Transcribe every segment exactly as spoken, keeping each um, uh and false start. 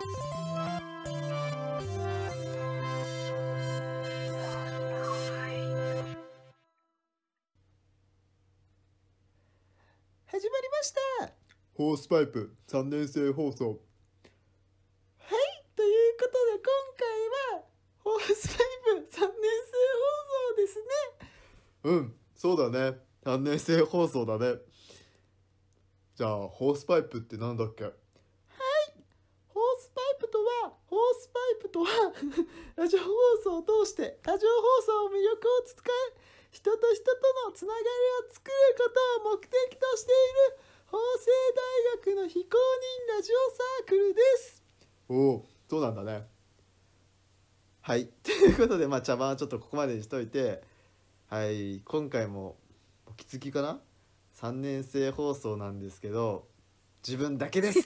始まりました。 ホースパイプさんねん生放送。 はい、ということで今回はホースパイプさんねん生放送ですね。 うん、そうだね。さんねん生放送だね。じゃあ、ホースパイプってなんだっけ？ はい、ホースパイプとは、ホースパイプとはラジオ放送を通してラジオ放送の魅力を伝え、人と人とのつながりを作ることを目的としている法政大学の非公認ラジオサークルです。 おお、そうなんだね。 はい、ということで、まあ茶番はちょっとここまでにしといて、はい、今回もお気づきかな、さんねん生放送なんですけど、自分だけです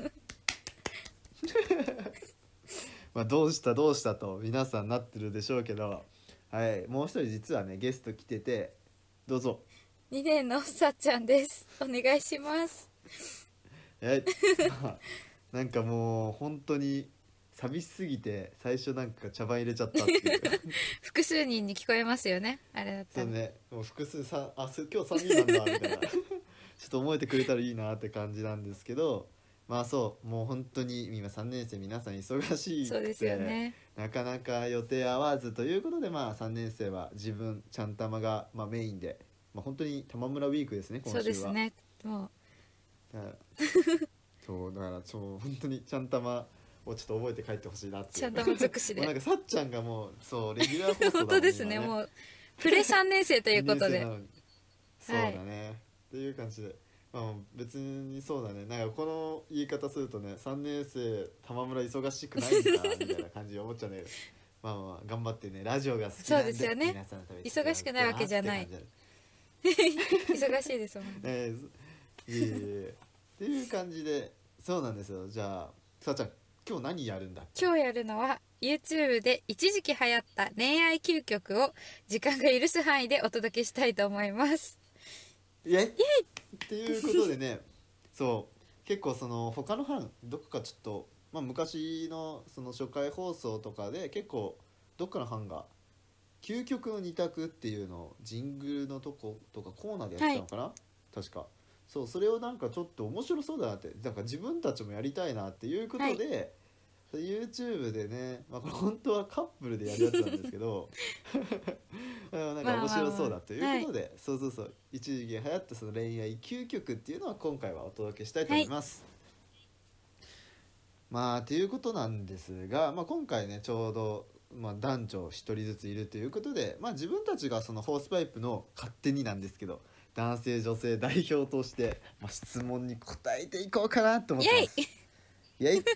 まあどうしたどうしたと皆さんなってるでしょうけど、はい、もう一人実はねゲスト来てて、どうぞ。 にねんのさっちゃんです。お願いします。 えまあなんかもう本当に寂しすぎて最初なんか茶番入れちゃったっていう複数人に聞こえますよね、あれだったら。 そうね、もう複数さあす今日さんにんなんだみたいなちょっと思えてくれたらいいなって感じなんですけど、まあそうもう本当に今さんねん生皆さん忙しいってそうですよね。 なかなか予定合わずということで、まあさんねん生は自分ちゃんたまが、まあ、メインで、まあ、本当に玉村ウィークですね今週は。 そうですね。もうだからそうだからそう本当にちゃんたまをちょっと覚えて帰ってほしいなっていう。 ちゃんとも尽くしで。 もうなんかさっちゃんがもうそうレギュラー放送だもん本当ですね。 今もうプレさんねん生ということで。 にねん生なのにそうだね、っていう感じで、まあ別にそうだね、なんかこの言い方するとね、さんねん生玉村忙しくないんだみたいな感じで思っちゃうんだけどまあまあ頑張ってね、ラジオが好きなんで、 そうですよね皆さんのために忙しくないわけじゃないって感じだね忙しいですもんね。 えー、いえいえいえっていう感じで、そうなんですよ。じゃあさあちゃん今日何やるんだっけ？ 今日やるのは YouTube で一時期流行った恋愛究極を時間が許す範囲でお届けしたいと思います。 イエイっていうことでねそう結構その他の班どこかちょっと、まあ、昔のその初回放送とかで結構どっかの班が究極の二択っていうのをジングルのとことかコーナーでやってたのかな、確かそうそれをなんかちょっと面白そうだなって、なんか自分たちもやりたいなっていうことで、YouTube でね、まあ、これ本当はカップルでやるやつなんですけどなんか面白そうだということで、 まあまあまあ、はい、 そうそうそう一時期流行ったその恋愛究極っていうのは今回はお届けしたいと思います、はい、まあということなんですが、まあ、今回ねちょうど、まあ、男女ひとりずついるということで、まあ、自分たちがそのホースパイプの勝手になんですけど男性女性代表として、まあ、質問に答えていこうかなと思ってます。イエイ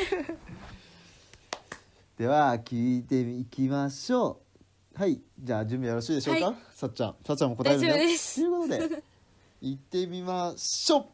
では聞いていきましょう。はい、じゃあ準備よろしいでしょうか、はい、さっちゃんさっちゃんも答えるんだよ大丈夫ですということで行ってみましょう。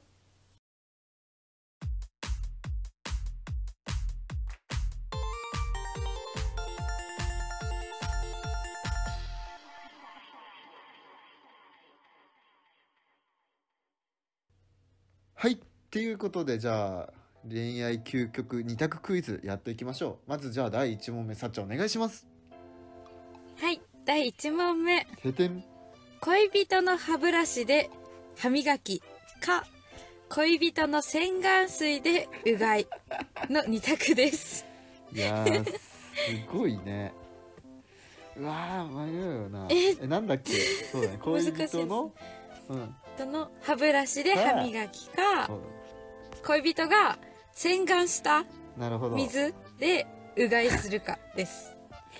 はいっていうことで、じゃあ恋愛究極二択クイズやっていきましょう。まずじゃあだいいち問目、さっちゃんお願いします。 はい、だいいち問目。 ててん。 恋人の歯ブラシで歯磨きか恋人の洗顔水でうがいの二択です。 いやーすごいね。うわー迷うよな。 ええなんだっけ。そうだね、恋人のうん人の歯ブラシで歯磨きか恋人が洗顔した水でうがいするかです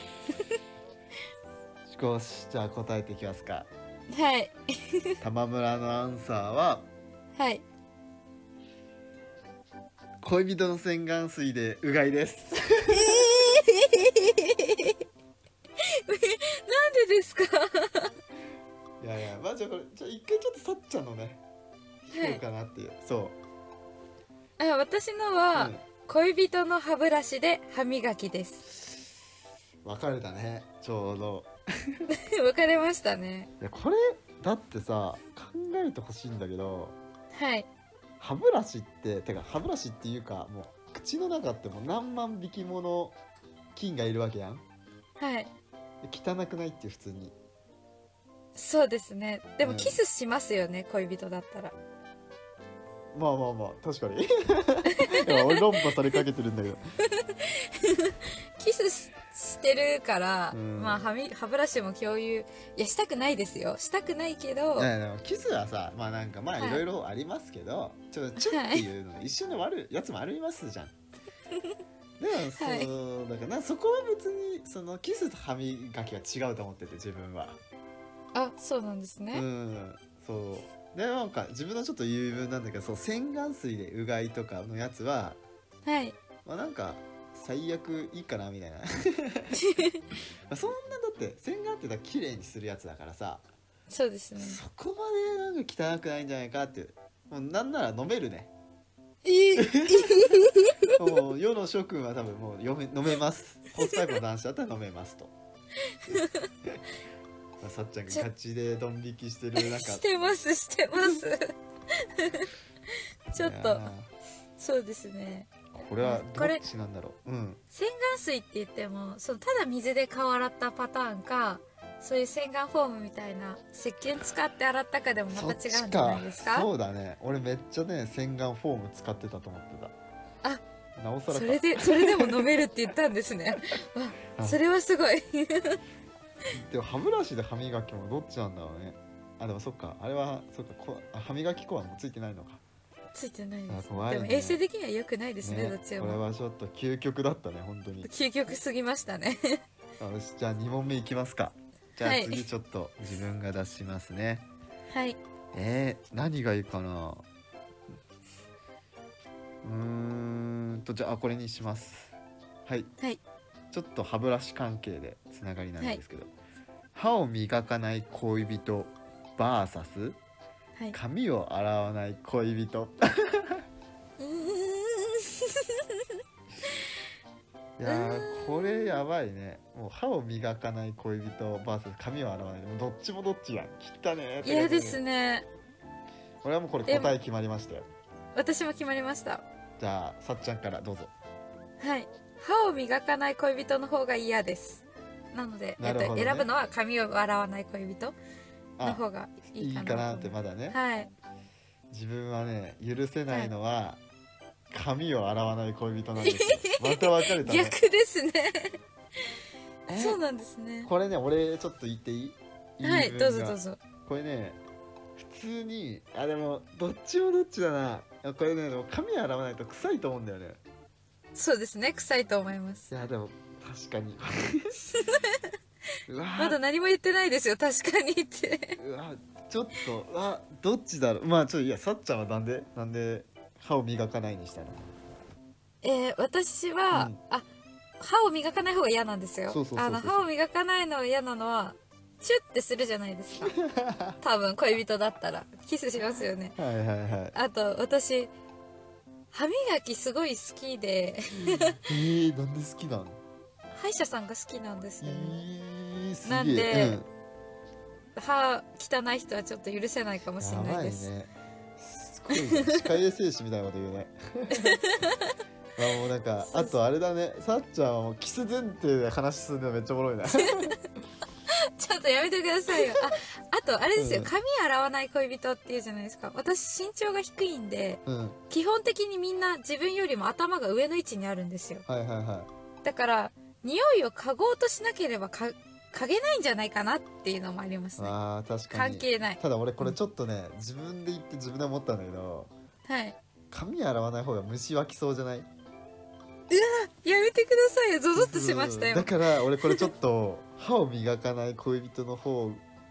少しじゃあ答えていきますか。 はい玉村のアンサーははい恋人の洗顔水でうがいです。 なんでですかいやいや、まあじゃあこれじゃあ一回ちょっとさっちゃんのね聞こうかなっていう、はい、そうあ私のは、うん、恋人の歯ブラシで歯磨きです。 分かれたね、ちょうど分かれましたね。 いやこれだってさ考えてほしいんだけど、 はい、 歯ブラシっててか歯ブラシっていうかもう口の中ってもう何万匹もの菌がいるわけやん。 はい汚くないっていう普通に。 そうですね。でもうんキスしますよね、恋人だったら。 まあまあまあ確かにいや俺論破されかけてるんだけどキスししてるから、 うんまあ歯み歯ブラシも共有いやしたくないですよ、したくないけど、 いやでもキスはさまあなんかまあはいいろいろありますけど、ちょチュッっていうの一緒に割るやつもありますじゃん。でもそう、 はいだからなそこは別にそのキスと歯磨きは違うと思ってて自分は。 あそうなんですうね、 んそうでなんか自分のちょっと言い分なんだけど、そう洗顔水でうがいとかのやつははいまあなんか最悪いいかなみたいなまあそんなだって洗顔ってだ綺麗にするやつだからさ、 そうですね。 そこまでなんか汚くないんじゃないかって。もうなんなら飲めるね。 えー、 もう世の諸君は多分もう読め飲めます。ホースパイプの男子だったら飲めますとまあさっちゃんがガチでドン引きしてる中してますしてますちょっといやそうですね。 ーこれはどこれっちなんだろう。うん洗顔水って言ってもそのただ水で顔洗ったパターンか、そういう洗顔フォームみたいな石鹸使って洗ったかでもまた違うんじゃないですか。 そうだね。俺めっちゃね洗顔フォーム使ってたと思ってた。 あなおさらかそれでそれでも飲めるって言ったんですねわそれはすごいでも歯ブラシで歯磨きもどっちなんだろうね。あでもそっかあれはそっかこあ歯磨き粉はもうついてないのか。 ついてないです、 あ怖いねでも衛生的には良くないですね、 ねどっちこれもはちょっと究極だったね本当に。よ究極すぎましたねしじゃあに問目いきますか。じゃあはい次ちょっと自分が出しますね。 はいえー、何がいいかな。うーんとじゃあこれにします。はいはいちょっと歯ブラシ関係でつながりなんですけど、歯を磨かない恋人 ブイエスはい髪を洗わない恋人うーんいやーこれやばいね。もう歯を磨かない恋人 ブイエス 髪を洗わない。もうどっちもどっちやん。汚ねーって嫌ですね。 俺はもうこれ答え決まりましたよ。 私も決まりました。 じゃあさっちゃんからどうぞ。 はい歯を磨かない恋人の方が嫌です。なので、 なるほどねえっと、選ぶのは髪を洗わない恋人のあ方がいいいいかなかなってまだね、 はい自分はね許せないのは、髪を洗わない恋人なんですよ。また別れたね。 逆ですねえそうなんですね。 これね俺ちょっと言っていい？ はい言い分がどうぞどうぞ。 これね普通にあでもどっちもどっちだな。これねでも髪洗わないと臭いと思うんだよね。 そうですね、臭いと思いますい。やでも確かにうわまだ何も言ってないですよ、確かにってうわちょっとうわどっちだろう。まあちょっといやさっちゃんはなんでなんで歯を磨かないにしたの？ えー、私は、 うんあ歯を磨かない方が嫌なんですよ。 そうそうそうそうあの歯を磨かないのが嫌なのはチュッてするじゃないですか多分恋人だったらキスしますよね。 はいはいはいあと私歯磨きすごい好きでえー、なんで好きなの？ 歯医者さんが好きなんですえよね。 ー、すげえなんでうん歯汚い人はちょっと許せないかもしれやばいないです。 ねすごいね歯科衛生士みたいなこと言うねあもうなんかあとあれだねさっちゃんはもうキス前提で話するのめっちゃおもろいなちょっとやめてくださいよ。あ、あとあれですよ、 うん髪洗わない恋人っていうじゃないですか。私身長が低いんで、 うん基本的にみんな自分よりも頭が上の位置にあるんですよ。 はいはいはだから匂いを嗅ごうとしなければか嗅げないんじゃないかなっていうのもありますい。 ね。 あー確かに関係ない。 ただ俺これちょっとね自分で言って自分で思ったんだけどはい。 髪洗わない方が虫湧きそうじゃない？ やめてくださいよ。ゾゾッとしましたよだ。から俺これちょっと歯を磨かない恋人の方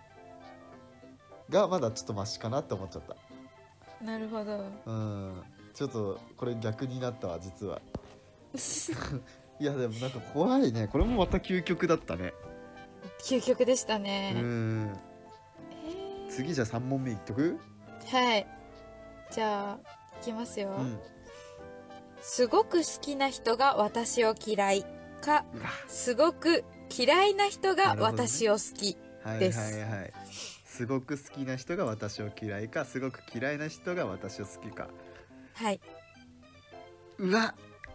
がまだちょっとマシかなって思っちゃったなるほど。 うんちょっとこれ逆になったわ実は。いやでもなんか怖いね。これもまた究極だったね。 究極でしたうね。 んえー次じゃあさん問目いっとく？ はい。じゃあ、いきますよ。 うんすごく好きな人が私を嫌いか、 うわすごく嫌いな人がなるほどね私を好き。 はいはいですはい。すごく好きな人が私を嫌いかすごく嫌いな人が私を好きか。 はい。 うわ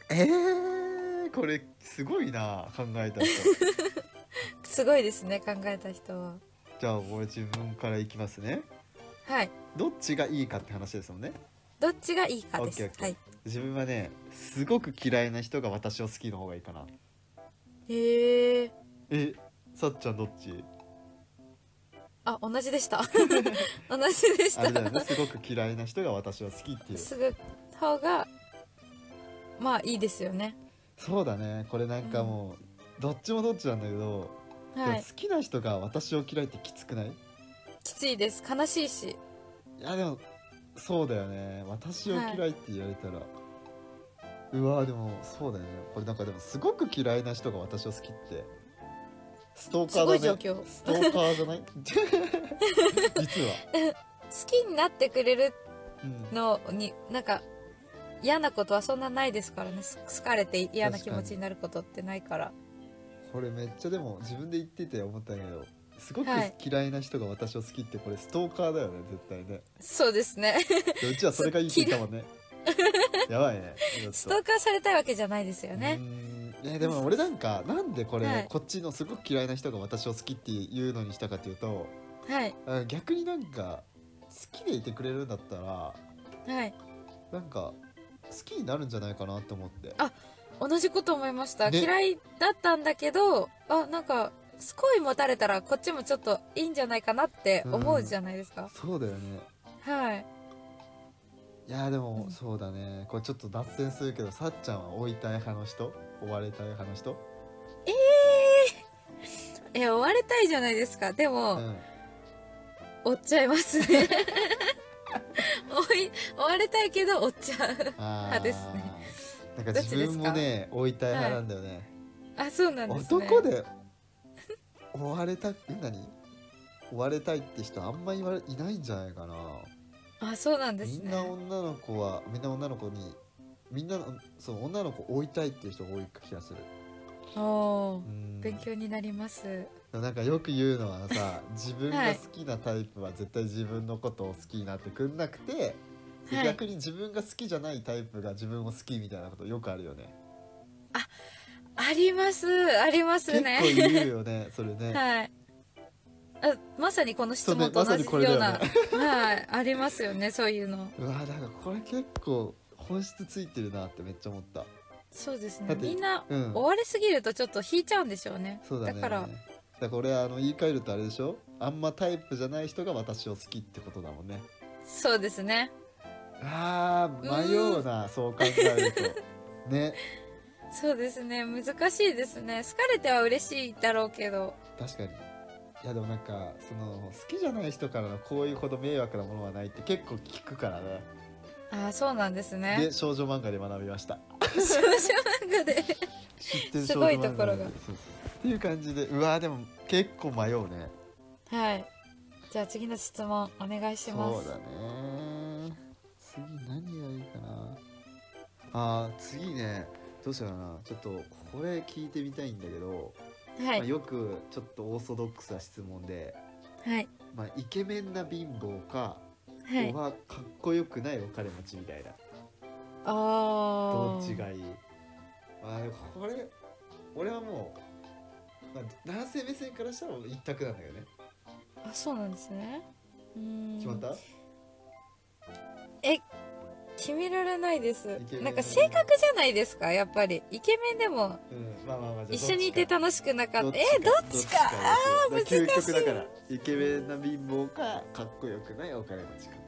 えー、これすごいな考えた人すごいですね、考えた人は。 じゃあ俺自分からいきますね。 はい。 どっちがいいかって話ですもんね。 どっちがいいかです。 オッケーオッケーはい。 自分はねすごく嫌いな人が私を好きの方がいいかな。 へえ。 え、さっちゃんどっち？ あ、同じでした。同じでしあれだよね、 た。 すごく嫌いな人が私は好きっていう。 すぐ方がまあいいですよね。 そうだね、これなんかもう、どっちもどっちなんだけど、 はいでも好。きな人が私を嫌いってきつくない？ きついです。悲しいし。 いやでもそうだよね、私を嫌いって言われたら、うわーでもそうだよね、これなんかでもすごく嫌いな人が私を好きってストーカすごーだね。 い状況。 ストーカーじゃない実は、 好きになってくれるうん、 のになんか嫌なことはそんなないですからね。す好かれて嫌な気持ちになることってないから。 これめっちゃでも自分で言ってて思ったんだけど、すごくはい嫌いな人が私を好きってこれストーカーだよね絶対ね。 そうですね。 でうちはそれがいいって言ったもんね。やばいねちょっとストーカーされたいわけじゃないですようーね。 んえでも俺なんかなんでこれ、 はいこっちのすごく嫌いな人が私を好きっていうのにしたかっていうと、 はいあ逆になんか好きでいてくれるんだったらはい。 なんか好きになるんじゃないかなって思って。 あ同じこと思いました。 ね嫌いだったんだけど、あなんか好意持たれたらこっちもちょっといいんじゃないかなって思うじゃないですか。 そうだよね。 はい。 いやでも、 うんそうだね、これちょっと脱線するけどさっちゃんは追いたい派の人、追われたい派の人？ ええー、え追われたいじゃないですか。でも、 うん追っちゃいますね。追い追われたいけど追っちゃうあ派ですね。 ーなんか自分もね追いたい派なんだよね、 あそうなんですね。 男で追われた何追われたいって人あんまりいわれいないんじゃないかな。 あそうなんですね。 みんな女の子はみんな女の子にみんなそう女の子追いたいっていう人が多い気がする。 おーうん勉強になります。 なんかよく言うのはさ自分が好きなタイプは絶対自分のことを好きになってくんなくて、ではい逆に自分が好きじゃないタイプが自分を好きみたいなことよくあるよね。 ありますあります結ね。 構言うよねそれね。 はい。あまさにこの質問と同じそうねまさにこれだような、 よねはいありますよねそういうの。 うわだからこれ結構本質ついてるなってめっちゃ思った。 そうですね。 だってみんなうん追われすぎるとちょっと引いちゃうんでしょうね。 そうだね。 からだから俺あの言い換えるとあれでしょ、あんまタイプじゃない人が私を好きってことだもんね。 そうですね。 あー迷うなそう考えるとね。 そうですね。難しいですね。好かれては嬉しいだろうけど。 確かに。いやでもなんかその好きじゃない人からのこういうほど迷惑なものはないって結構聞くからね。 ああそうなんですね。 で少女漫画で学びました。 少女漫画で知ってるすごい少女漫画ところがそうそうっていう感じで、うわーでも結構迷うね。 はい。じゃあ次の質問お願いします。 そうだね。次何がいいかな。あー次ねどうしようかな。ちょっとこれ聞いてみたいんだけど、まあ、 はいよくちょっとオーソドックスな質問で、 はいまあ、イケメンな貧乏か、 はい。 おはかっこよくないお金持ちみたいな、 ああ。 どっちがいい？あーこれ俺はもう、まあ、男性目線からしたら一択なんだけどね。 あそうなんですね。うーん。 決まった？ え決められないですイケメン。 なんか性格じゃないですかやっぱり。イケメンでもうんまあまあまあじゃあ一緒にいてどっ楽しくなかった。 ちかえどっちか。あどっちかですよ。だから究ー難しい極だからイケメンな貧乏かかっこよくないお金持ちか。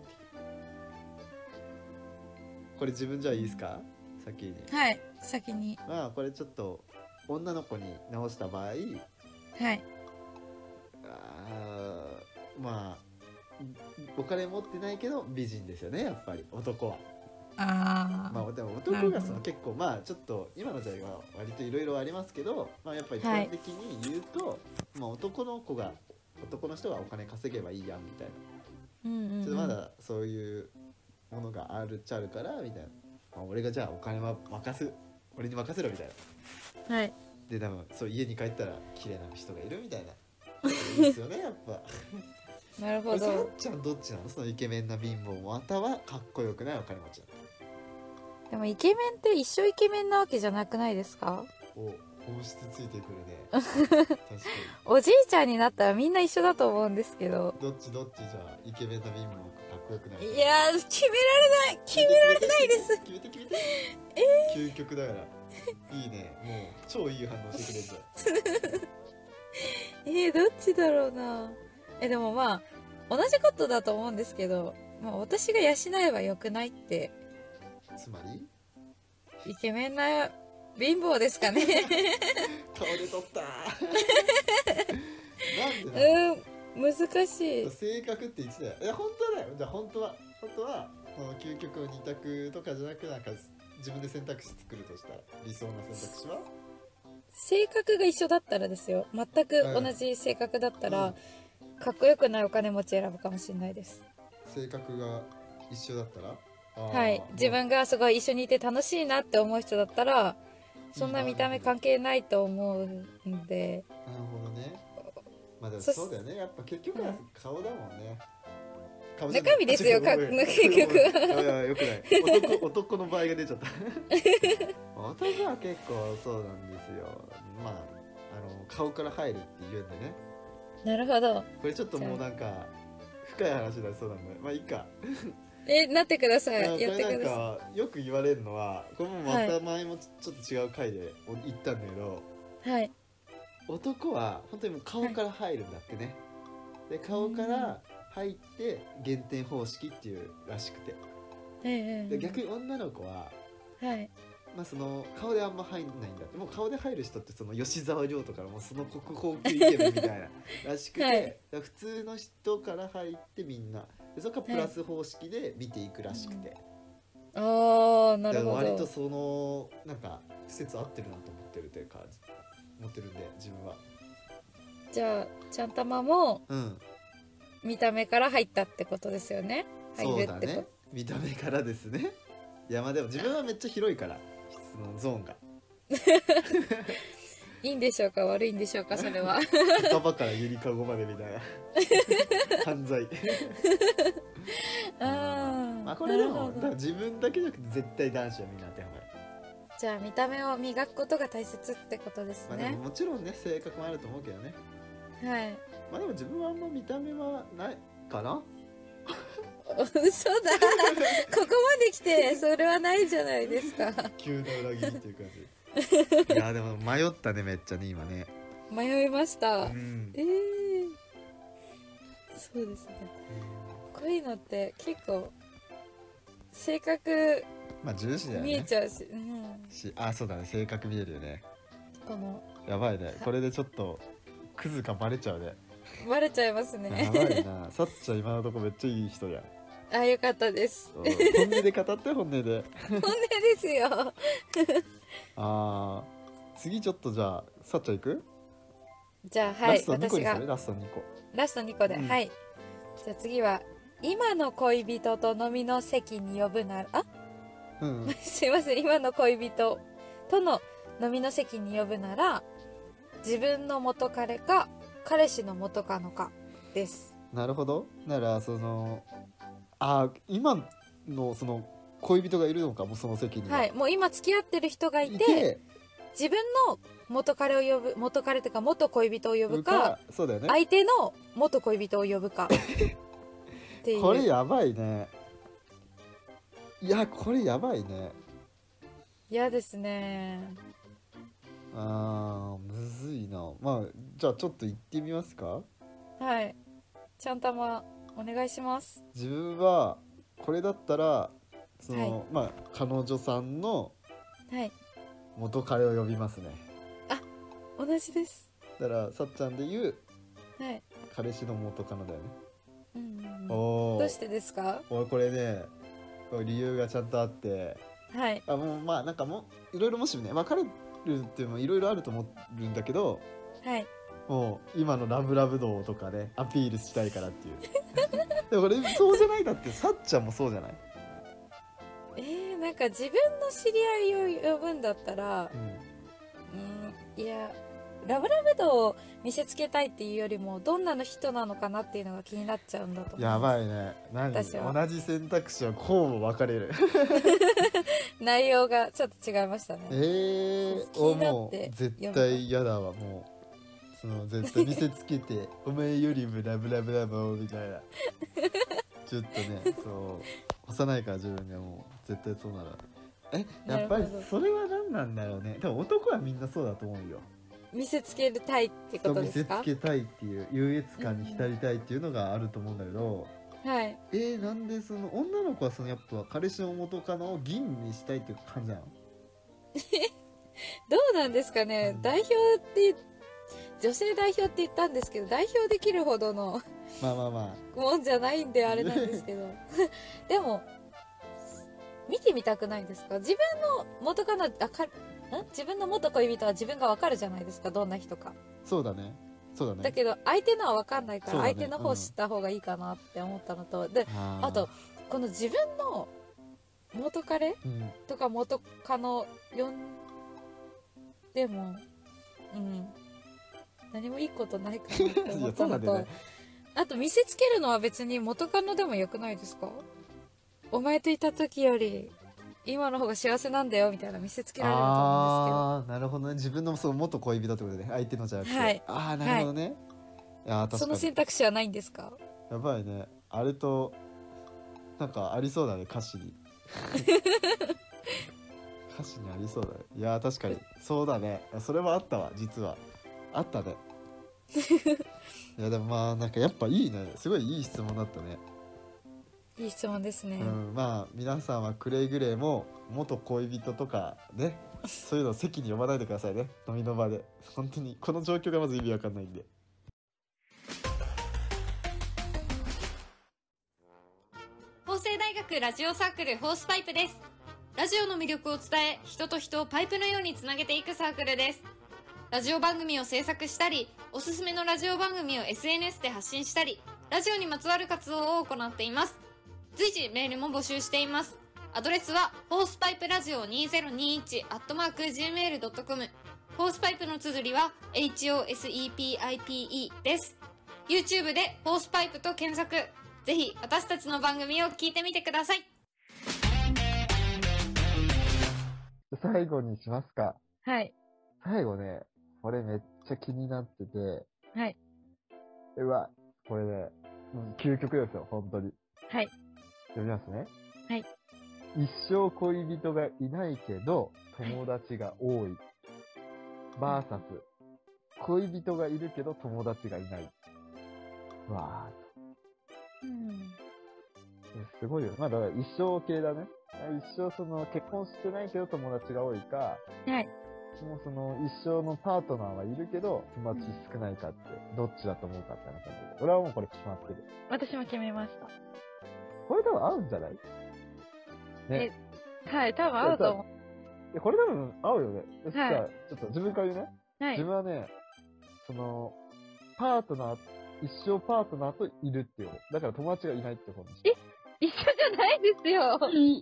これ自分じゃあいいですか？先に。 はい先に。 まあこれちょっと女の子に直した場合、 はいあーまあお金持ってないけど美人ですよねやっぱり男は。 あー、 まあでも男がその結構まあちょっと今の時代は割といろいろありますけど、まあやっぱり一般的に言うと、まあ男の子が男の人がお金稼げばいいやんみたいな。 うんうんうん、 ちょっとまだそういうものがあるっちゃあるからみたいな、まあ、俺がじゃあお金は任す俺に任せろみたいな。 はいで多分そう家に帰ったら綺麗な人がいるみたいな。いいですよねやっぱ。 なるほさっど。 ちゃんどっちなの？そのイケメンな貧乏またはかっこよくないお金持ちなの？ でもイケメンって一生イケメンなわけじゃなくないですか？ お、本質ついてくるね。確かに。 おじいちゃんになったらみんな一緒だと思うんですけど。 どっちどっちじゃあイケメンな貧乏かっこよくない？ いやー、決められない決められないです。 決めて決めて。えー、究極だから。いいね。もう超いい反応してくれるじゃん。 えー、どっちだろうな。え、でもまあ同じことだと思うんですけど、まあ私が養えばよくないって。 つまりイケメンな貧乏ですかね。 顔で取ったなんでうん、難しい。 性格って言ってたよ。いや本当だよ。じゃあ本当は本当はこの究極を二択とかじゃなく、なんか自分で選択肢作るとしたら理想な選択肢は？ 性格が一緒だったらですよ。全く同じ性格だったら、うん、かっこよくないお金持ち選ぶかもしれないです。 性格が一緒だったら？ はい、自分がすごい一緒にいて楽しいなって思う人だったらそんな見た目関係ないと思うんで。 なるほどね。まあでもそうだよね。やっぱ結局は顔だもんね。 顔中身ですよ、か結局。 いやいやよくない。男男の場合が出ちゃった。男は結構そうなんですよ。まああの顔から入るって言うんでね。 なるほど。 これちょっともうなんか深い話になりそうなんで、まあいいか。 え、なってください。やってください。 なんかよく言われるのは、これもまた前もちょっと違う回で言ったんだけど、 はい、 男は本当にもう顔から入るんだってね。で顔から入って減点方式っていうらしくて、 ええ、 で逆に女の子は、 はい、 まあその顔であんま入んないんだって。もう顔で入る人ってその吉沢亮とかもうその国宝級イケメンみたいならしくて、はい、普通の人から入ってみんなでそこからプラス方式で見ていくらしくて、 はい、ああなるほど。 割とそのなんか説合ってるなと思ってるというか思ってるんで自分は。 じゃあちゃんたまも、 うん、 見た目から入ったってことですよね。 そうだね、見た目からですね。いやまあでも自分はめっちゃ広いからそのゾーンがいいんでしょうか悪いんでしょうかそれは。 頭からゆりかごまでみたいな犯罪ああまあこれでも自分だけじゃなくて絶対男子はみんな当てはまる。 じゃあ見た目を磨くことが大切ってことですね。 まあ、でももちろんね性格もあると思うけどね。 はい。 まあでも自分はあんま見た目はないかな。 嘘だここまで来てそれはないじゃないですか。 急な裏切りっていう感じ。いやでも迷ったねめっちゃね今ね。 迷いました、 うん、 えー、そうですね、うん、こういうのって結構性格まあ重視だよね。 見えちゃうし、うん、 しあそうだね性格見えるよね。 このやばいねこれでちょっとクズかバレちゃうね。 バレちゃいますね。 やばいな。さっちゃん今のとこめっちゃいい人やん。 あ、よかったです。 本音で語って本音で。 本音ですよ。 あー次ちょっとじゃあさっちゃんいく？ じゃあはい、 ラストにこにする？ 私がラストにこ。 ラストにこで、うん、はい。じゃあ次は今の恋人と飲みの席に呼ぶならあ、うん、すいません今の恋人との飲みの席に呼ぶなら自分の元彼か彼氏の元カノかです。 なるほど。ならそのあ今のその恋人がいるのかもその席には。 はい、もう今付き合ってる人がいて、いて自分の元彼を呼ぶ元彼というか元恋人を呼ぶか、 そうだよね、 相手の元恋人を呼ぶかっていう。 これやばいね。いやこれやばいね。 嫌ですね。 あーむずいな。まあじゃあちょっと行ってみますか。 はい、ちゃんたまお願いします。 自分はこれだったらその、はい、まあ彼女さんの元彼を呼びますね。 はい、あ、同じです。 だからさっちゃんで言う、 はい、 彼氏の元カノだよね。 うん、おどうしてですか？ 俺これねこう理由がちゃんとあって、 はい、 あもうまあなんかもういろいろもしね別れるっていうのもいろいろあると思うんだけど、 はい、 もう今のラブラブ度とかねアピールしたいからっていうでもこれそうじゃないだってさっちゃんもそうじゃない？ えー、なんか自分の知り合いを呼ぶんだったら、うん、うん、いやラブラブ度を見せつけたいっていうよりも、どんなの人なのかなっていうのが気になっちゃうんだと思います。 やばいね。何私は同じ選択肢はこうも分かれる。 内容がちょっと違いましたね。 えー、 気になもうって絶対嫌だわ。もうその絶対見せつけてお前よりもラブラブラブみたいな。ちょっとね、そう幼いから自分がもう絶対そうなら。え、やっぱりなるほどそれは何なんだろうね。多分男はみんなそうだと思うよ。 見せつけたいってこそう見せとですか？ つけたいっていう優越感に浸りたいっていうのがあると思うんだけど、 はい。 えー、なんでその女の子はそのやっぱ彼氏の元カノを銀にしたいっていう感じなの？ どうなんですかね、代表って女性代表って言ったんですけど、代表できるほどのまあまあまもんじゃないんであれなんですけどでも見てみたくないですか？自分の元カノ、あかん自分の元恋人は自分がわかるじゃないですか、どんな人か。 あ、そうだね。そうだね。 だけど相手のはわかんないから、 そうだね相手の方知った方がいいかなって思ったのと、であーあとこの自分の元彼うん、 とか元カノ呼んでも、うん、何もいいことないかなって思いやったのと、 そうなんだよね。 あと見せつけるのは別に元カノでもよくないですか？お前といた時より今の方が幸せなんだよみたいな見せつけられると思ああ、なるほどね。自分のそう元恋人ってことで、相手のじゃなくて。 はいああ、なるほどね。い、やーうんですけど、その確かに選択肢はないんですか？ やばいね。あれとなんかありそうだね、歌詞に。歌詞にありそうだね。いやー確かにそうだね。それはあったわ、実はあったね。いやでもまあなんかやっぱいいね。すごいいい質問だったね。 いい質問ですね、 うん、まあ皆さんはくれぐれも元恋人とかね、そういうのを席に呼ばないでくださいね、飲みの場で。本当にこの状況がまず意味わかんないんで。 法政大学ラジオサークルホースパイプです。ラジオの魅力を伝え、人と人をパイプのようにつなげていくサークルです。ラジオ番組を制作したり、おすすめのラジオ番組を エスエヌエス で発信したり、ラジオにまつわる活動を行っています。随時メールも募集しています。アドレスはホースパイプラジオにせんにじゅういちアットマーク ジーメールドットコム。 ホースパイプの綴りは エイチオーエスイーピーアイピーイー です。 YouTube でホースパイプと検索。ぜひ私たちの番組を聞いてみてください。 最後にしますか。 はい。 最後ね、これめっちゃ気になってて、 はい。 うわ、これね、うん究極ですよ、本当に。 はい。 読みますね。 はい。 一生恋人がいないけど、友達が多い。バーサス、恋人がいるけど友達がいない。うわうん。 ー、すごいよ。まあだから一生系だね。一生その結婚してないけど友達が多いか、 はい。 もうその一生のパートナーはいるけど友達少ないかって、どっちだと思うかって話なんだけど、俺はもうこれ決まってる。 私も決めました。 これ多分合うんじゃないね。 はい、多分合うと思いやこれ多分合うよね。よし、じゃあはいちょっと自分から言うね。 う。は自い。 分はね、その、パートナー、一生パートナーといるっていう方。だから友達がいないって方にした。 一緒じゃないですよ。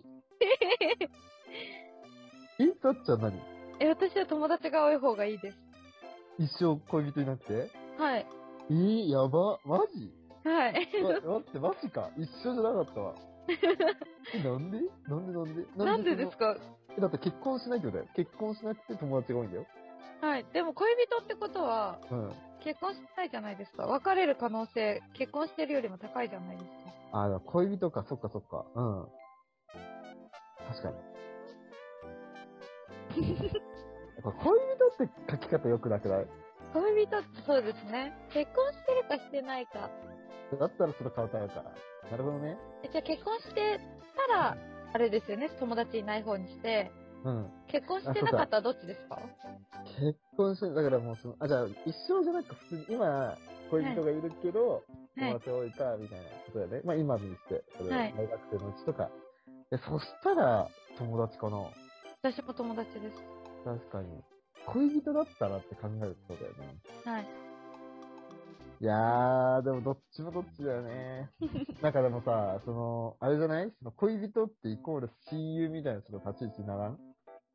え、さっちゃん何？ え、私は友達が多い方がいいです。 一生恋人になって？ はい。 えー、やば。マジ？ はい。 ま、待って、マジか。一緒じゃなかったわ。え、なんでなんでなんでなんでですか？ か？え、だって結婚しないってことだよ。結婚しなくて友達が多いんだよ。 はい。でも恋人ってことは、 うん。 結婚してないじゃないですか。別れる可能性、結婚してるよりも高いじゃないですか。 あ、でも恋人か、そっかそっか。うん。確かに。やっぱ恋人って書き方良くなくない？ 恋人ってそうですね。結婚してるかしてないか。 だったらそれ変わったのか。なるほどね。 えじゃあ結婚してたら、あれですよね。友達いない方にして、 うん。 結婚してなかったらどっちですか？ 結婚して、だからもうその、あ、じゃあ一生じゃなく普通に今、恋人がいるけど、 はい友達多いか、みたいなことだよね。まあ今にして、それ、 はい大学生のうちとか。え、そしたら友達かな。 私も友達です。 確かに。恋人だったらって考えるとそうだよね。 はい。 いやー、でもどっちもどっちだよね。なんかでもさ、その、あれじゃないその恋人ってイコール親友みたいなその立ち位置にならん？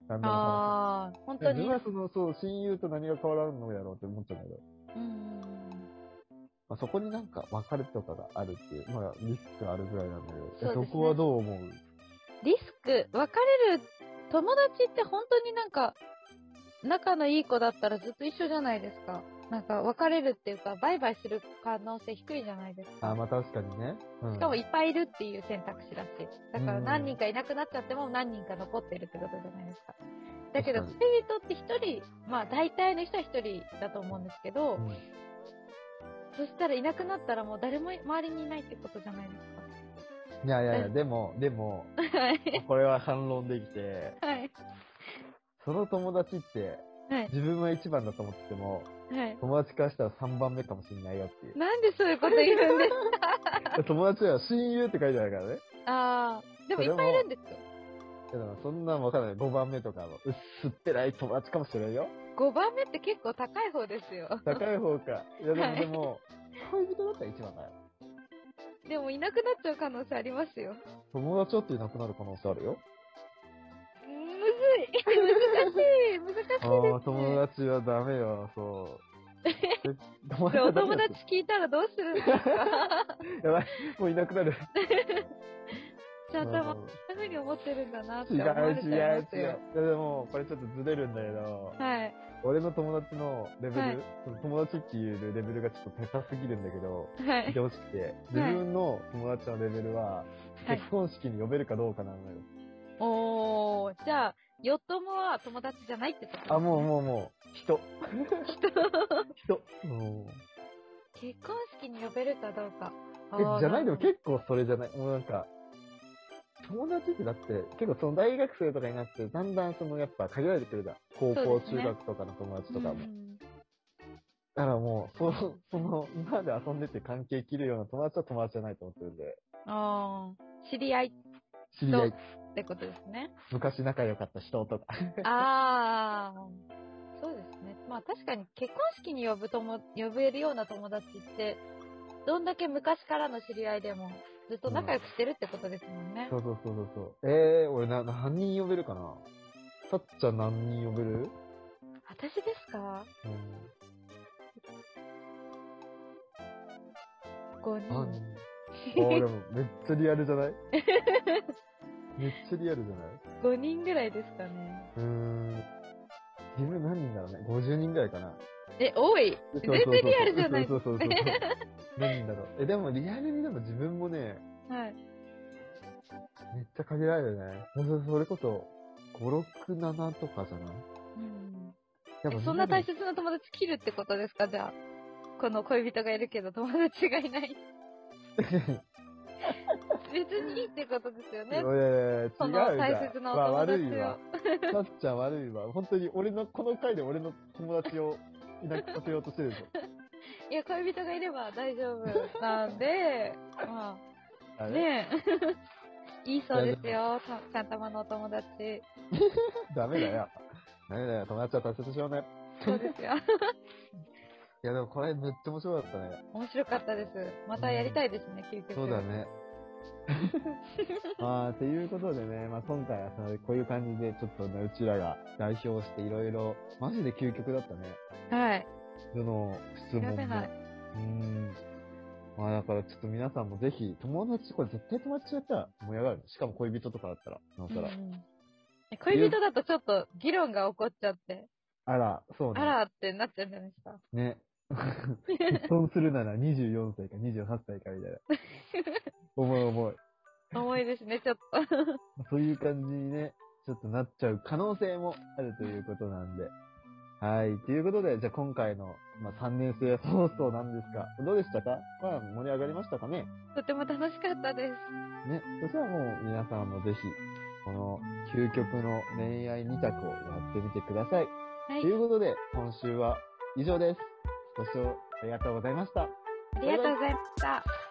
旦那の話。 ああ、本当に。 自分はその、そう、親友と何が変わらんのやろうって思っちゃうんだけど。 うんうんまあ、そこになんか別れとかがあるっていう、まあ、リスクあるぐらいなんだけど、 そうですねえそこはどう思う？ リスク、別れる友達って本当になんか、仲のいい子だったらずっと一緒じゃないですか。なんか別れるっていうか、バイバイする可能性低いじゃないですか。 あ、まあ確かにね。うん、 しかもいっぱいいるっていう選択肢だし。だから何人かいなくなっちゃっても何人か残ってるってことじゃないですか。だけど、 確恋かに人って一人、まあ大体の人は一人だと思うんですけど、 うんそしたらいなくなったらもう誰も周りにいないってことじゃないですいやいやいや、でも、でも、 か。はい。 これは反論できて、 はい。 その友達って、 はい。 自分は一番だと思ってても、 はい。 友達からしたら三番目かもしれないよっていう。 なんでそういうこと言うんですか？ 友達は親友って書いてあるからね。 ああ、でもいっぱいいるんですよ。 でもそんなんわかんない。ごばんめとかの薄っぺらい友達かもしれんよ。 ごばんめって結構高い方ですよ。 高い方か。いやではいもでも、恋人だったら一番だよ。 でもいなくなっちゃう可能性ありますよ。 友達だっていなくなる可能性あるよ。 むずい。難しい。難しいです、ね。 ああ、友達はダメよ、そう。え友でお友はダメ達聞いたらどうするんですか？ やばい、もういなくなる。 ちゃんとうんそんな風に思ってるんだなって違う思われち違うゃいます違う。いよ。 やでも、これちょっとずれるんだけど、 はい。 俺の友達のレベル、 はいその友達っていうレベルがちょっと高すぎるんだけど、 はい見て。ほしくて、自分の友達のレベルは、 はい結婚式に呼べるかどうかなのよ。 おー、じゃあ、よっともは友達じゃないってことですねあ、もうもうもう、人。人。うん結婚式に呼べるかどうか。 え、じゃないでも構結構それじゃないもうなんか、友達ってだって、結構その大学生とかになって、だんだんそのやっぱ限られてくるじゃん。高校、 そうですね中学とかの友達とかも。 うんだからもう、その、その、今まで遊んでて関係切るような友達は友達じゃないと思ってるんで、 あー、知り合い知り合い、 ってことですね。 昔仲良かった人とか。 ああ、そうですね。まあ確かに結婚式に呼ぶとも、呼べるような友達って、どんだけ昔からの知り合いでも、ずっと仲良くしてるってことですもんね。 そうそうそうそうそう。えー、俺な、何人呼べるかなさっちゃん何人呼べる私ですか？ うん。 ごにん。 何人あー、でもめっちゃリアルじゃないめっちゃリアルじゃないごにんぐらいですかね。 うーん。自分何人だろうね。ごじゅうにんぐらいかな。 え、多い。全然リアルじゃない。 そうそうそうそう。何人だろう。え、でもリアルにでも自分もね、 はい。 めっちゃ限られるね。ほんとそれこそ、ご、ろく、ななとかじゃないうん。 やっぱえそんな大切な友達切るってことですか？じゃあ。この恋人がいるけど友達がいない。別にいいってことですよね。 いやいやいや違うじゃん。 その大切なおまあ友達を悪いわ。さっちゃん悪いわ。本当に俺の、この回で俺の友達をいなくさせようとしてるぞ。 いや、恋人がいれば大丈夫なんで、まあ、 あれねえ。いいそうですよ、たちゃんたまのお友達。 ダメだよ。ダメだよ。友達は大切にしようね。 そうですよ。 いやでもこれめっちゃ面白かったね。 面白かったです。またやりたいですね、究極。 そうだ。ね。まあ、ということでね、まあ今回はそのこういう感じでちょっとね、うちらが代表していろいろ、マジで究極だったね。 はい。 どの質問も。 選べない。 うーん。まあだからちょっと皆さんもぜひ、友達、これ絶対友達やったら盛り上がる。しかも恋人とかだったら、なおさら。 うんうん恋人だとちょっと議論が起こっちゃって、 あら、そうね。 あらってなっちゃうじゃないですか。 ね。結婚するならにじゅうよんさいかにじゅうはっさいかみたいな。重い重い。 重いですね、ちょっと。 そういう感じにね、ちょっとなっちゃう可能性もあるということなんで。はい。ということで、じゃあ今回の、まあ、さんねん生放送なんですが、どうでしたか？まあ盛り上がりましたかね？ とても楽しかったです。 ね。そしたらもう皆さんもぜひ、この究極の恋愛に択をやってみてください。 はいとい。うことで、今週は以上です。ご視聴ありがとうございました。 ありがとうございました。